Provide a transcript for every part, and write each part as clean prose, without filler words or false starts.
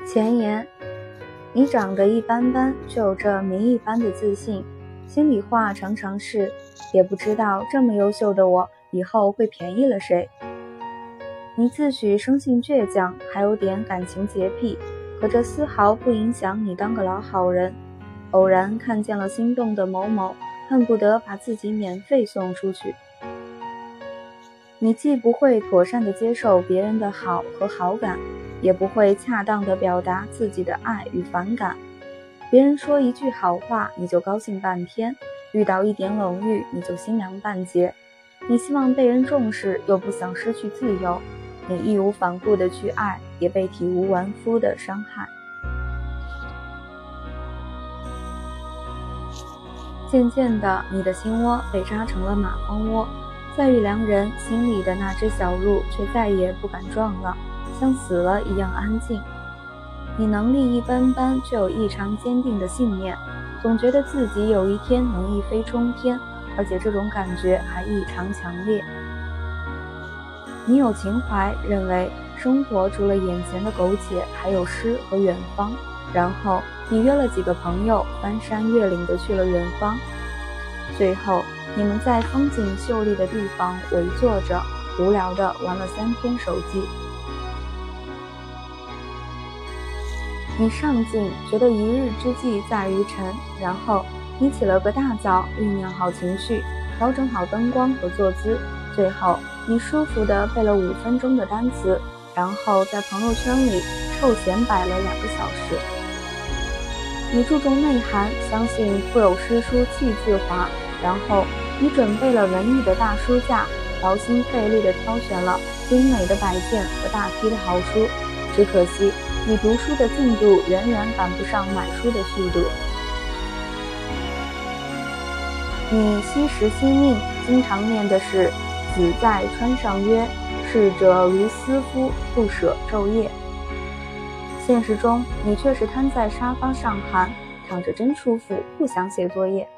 前言：你长得一般般，却有着谜一般的自信。心里话常常是，也不知道这么优秀的我以后会便宜了谁。你自诩生性倔强，还有点感情洁癖，可这丝毫不影响你当个老好人。偶然看见了心动的某某，恨不得把自己免费送出去。你既不会妥善地接受别人的好和好感，也不会恰当地表达自己的爱与反感。别人说一句好话，你就高兴半天；遇到一点冷遇，你就心凉半截。你希望被人重视，又不想失去自由。你义无反顾地去爱，也被体无完肤地伤害。渐渐的，你的心窝被扎成了蚂蜂窝，在遇良人心里的那只小鹿却再也不敢撞了，像死了一样安静。你能力一般般，却有异常坚定的信念，总觉得自己有一天能一飞冲天，而且这种感觉还异常强烈。你有情怀，认为生活除了眼前的苟且，还有诗和远方。然后你约了几个朋友，翻山越岭的去了远方。最后你们在风景秀丽的地方围坐着，无聊的玩了3天手机。你上进，觉得一日之计在于晨，然后你起了个大早，酝酿好情绪，调整好灯光和坐姿，最后你舒服地背了5分钟的单词，然后在朋友圈里臭显摆了2个小时。你注重内涵，相信腹有诗书气自华，然后你准备了文艺的大书架，劳心费力地挑选了精美的摆件和大批的好书，只可惜你读书的进度远远赶不上买书的速度。你惜时惜命，经常念的是子在川上曰，逝者如斯夫，不舍昼夜。现实中你却是瘫在沙发上喊，躺着真舒服，不想写作业。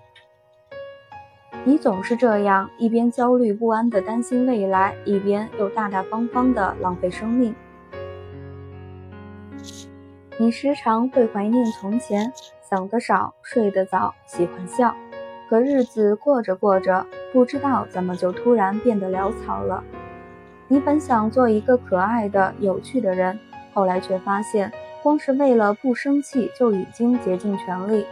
你总是这样，一边焦虑不安地担心未来，一边又大大方方地浪费生命。你时常会怀念从前，想得少，睡得早，喜欢笑。可日子过着过着，不知道怎么就突然变得潦草了。你本想做一个可爱的、有趣的人，后来却发现，光是为了不生气就已经竭尽全力。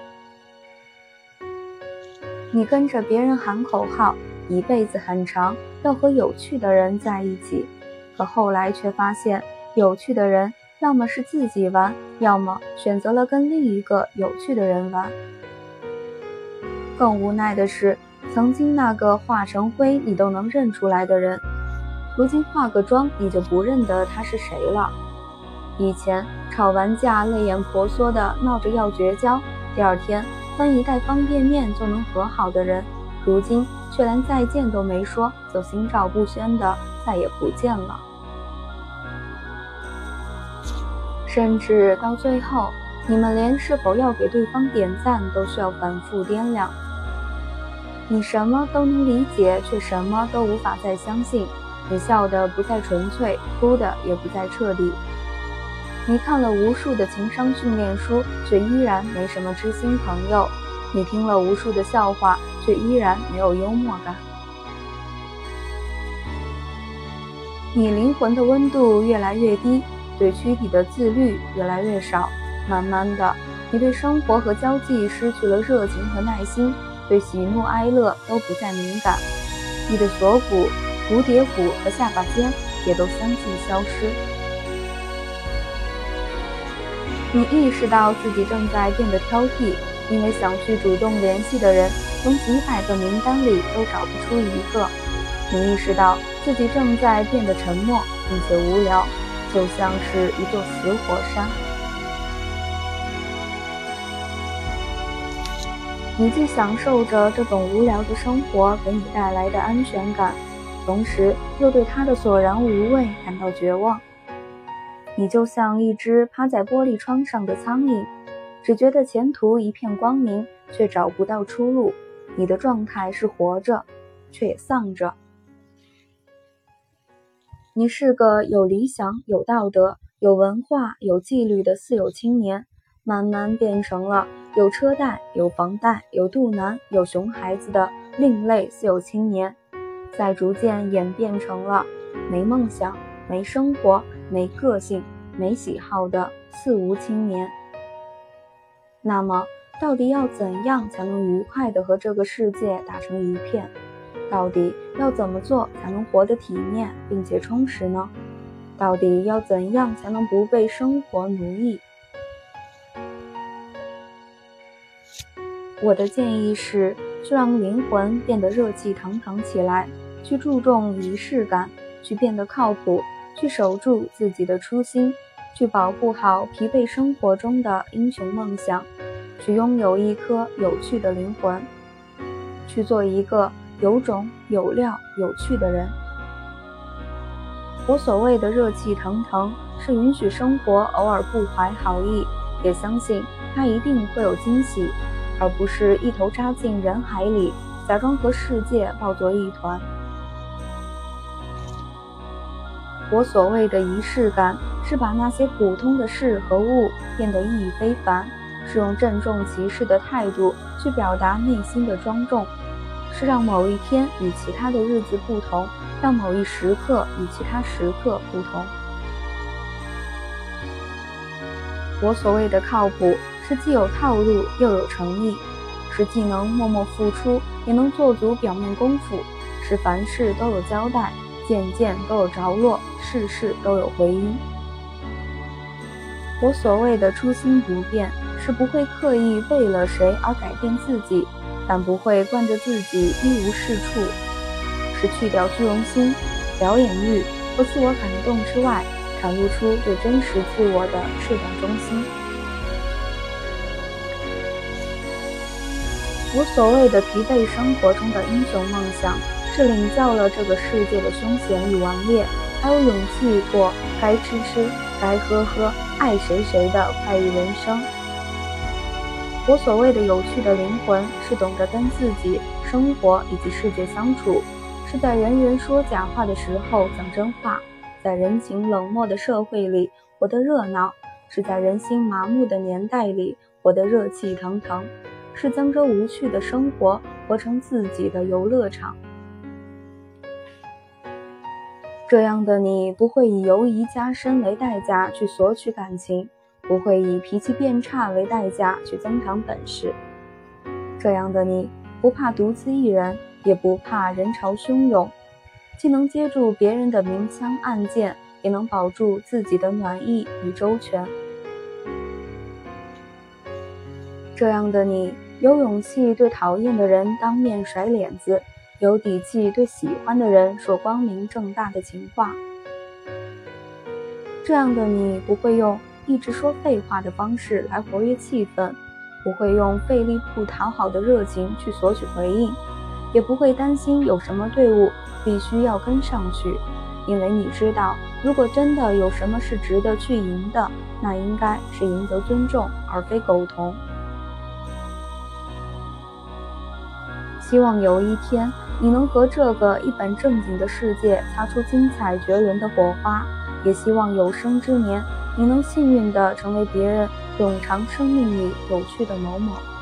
你跟着别人喊口号，一辈子很长，要和有趣的人在一起。可后来却发现，有趣的人要么是自己玩，要么选择了跟另一个有趣的人玩。更无奈的是，曾经那个化成灰你都能认出来的人，如今化个妆你就不认得他是谁了。以前吵完架泪眼婆娑的闹着要绝交，第二天分一袋方便面就能和好的人，如今却连再见都没说，就心照不宣的再也不见了。甚至到最后，你们连是否要给对方点赞都需要反复掂量。你什么都能理解，却什么都无法再相信。你笑得不再纯粹，哭的也不再彻底。你看了无数的情商训练书，却依然没什么知心朋友。你听了无数的笑话，却依然没有幽默感。你灵魂的温度越来越低，对躯体的自律越来越少。慢慢的，你对生活和交际失去了热情和耐心，对喜怒哀乐都不再敏感。你的锁骨、蝴蝶骨和下巴尖也都相继消失。你意识到自己正在变得挑剔，因为想去主动联系的人，从几百个名单里都找不出一个。你意识到自己正在变得沉默，并且无聊，就像是一座死火山。你既享受着这种无聊的生活给你带来的安全感，同时又对它的索然无味感到绝望。你就像一只趴在玻璃窗上的苍蝇，只觉得前途一片光明，却找不到出路。你的状态是活着，却也丧着。你是个有理想、有道德、 有文化、有纪律的四有青年，慢慢变成了有车贷、有房贷、有肚腩、有熊孩子的另类四有青年，再逐渐演变成了没梦想、没生活、没个性、没喜好的四无青年。那么，到底要怎样才能愉快地和这个世界打成一片？到底要怎么做才能活得体面并且充实呢？到底要怎样才能不被生活奴役？我的建议是，去让灵魂变得热气腾腾起来，去注重仪式感，去变得靠谱，去守住自己的初心，去保护好疲惫生活中的英雄梦想，去拥有一颗有趣的灵魂，去做一个有种、有料、有趣的人。我所谓的热气腾腾，是允许生活偶尔不怀好意，也相信它一定会有惊喜，而不是一头扎进人海里，假装和世界抱作一团。我所谓的仪式感，是把那些普通的事和物变得意义非凡，是用郑重其事的态度去表达内心的庄重，是让某一天与其他的日子不同，让某一时刻与其他时刻不同。我所谓的靠谱，是既有套路又有诚意，是既能默默付出，也能做足表面功夫，是凡事都有交代，件件都有着落，事事都有回音。我所谓的初心不变，是不会刻意为了谁而改变自己，但不会惯着自己一无是处，是去掉虚荣心、表演欲和自我感动之外，袒露出对真实自我的赤胆忠心。我所谓的疲惫生活中的英雄梦想，是领教了这个世界的凶险与顽劣，还有勇气过该吃吃、该喝喝、爱谁谁的快意人生。我所谓的有趣的灵魂，是懂得跟自己、生活以及世界相处，是在人人说假话的时候讲真话，在人情冷漠的社会里活得热闹，是在人心麻木的年代里活得热气腾腾，是将这无趣的生活活成自己的游乐场。这样的你不会以犹疑加深为代价去索取感情，不会以脾气变差为代价去增长本事。这样的你不怕独自一人，也不怕人潮汹涌，既能接住别人的明枪暗箭，也能保住自己的暖意与周全。这样的你有勇气对讨厌的人当面甩脸子，有底气对喜欢的人说光明正大的情话。这样的你不会用一直说废话的方式来活跃气氛，不会用费力不讨好的热情去索取回应，也不会担心有什么队伍必须要跟上去，因为你知道，如果真的有什么是值得去赢的，那应该是赢得尊重，而非苟同。希望有一天，你能和这个一本正经的世界擦出精彩绝伦的火花，也希望有生之年，你能幸运地成为别人永长生命里有趣的某某。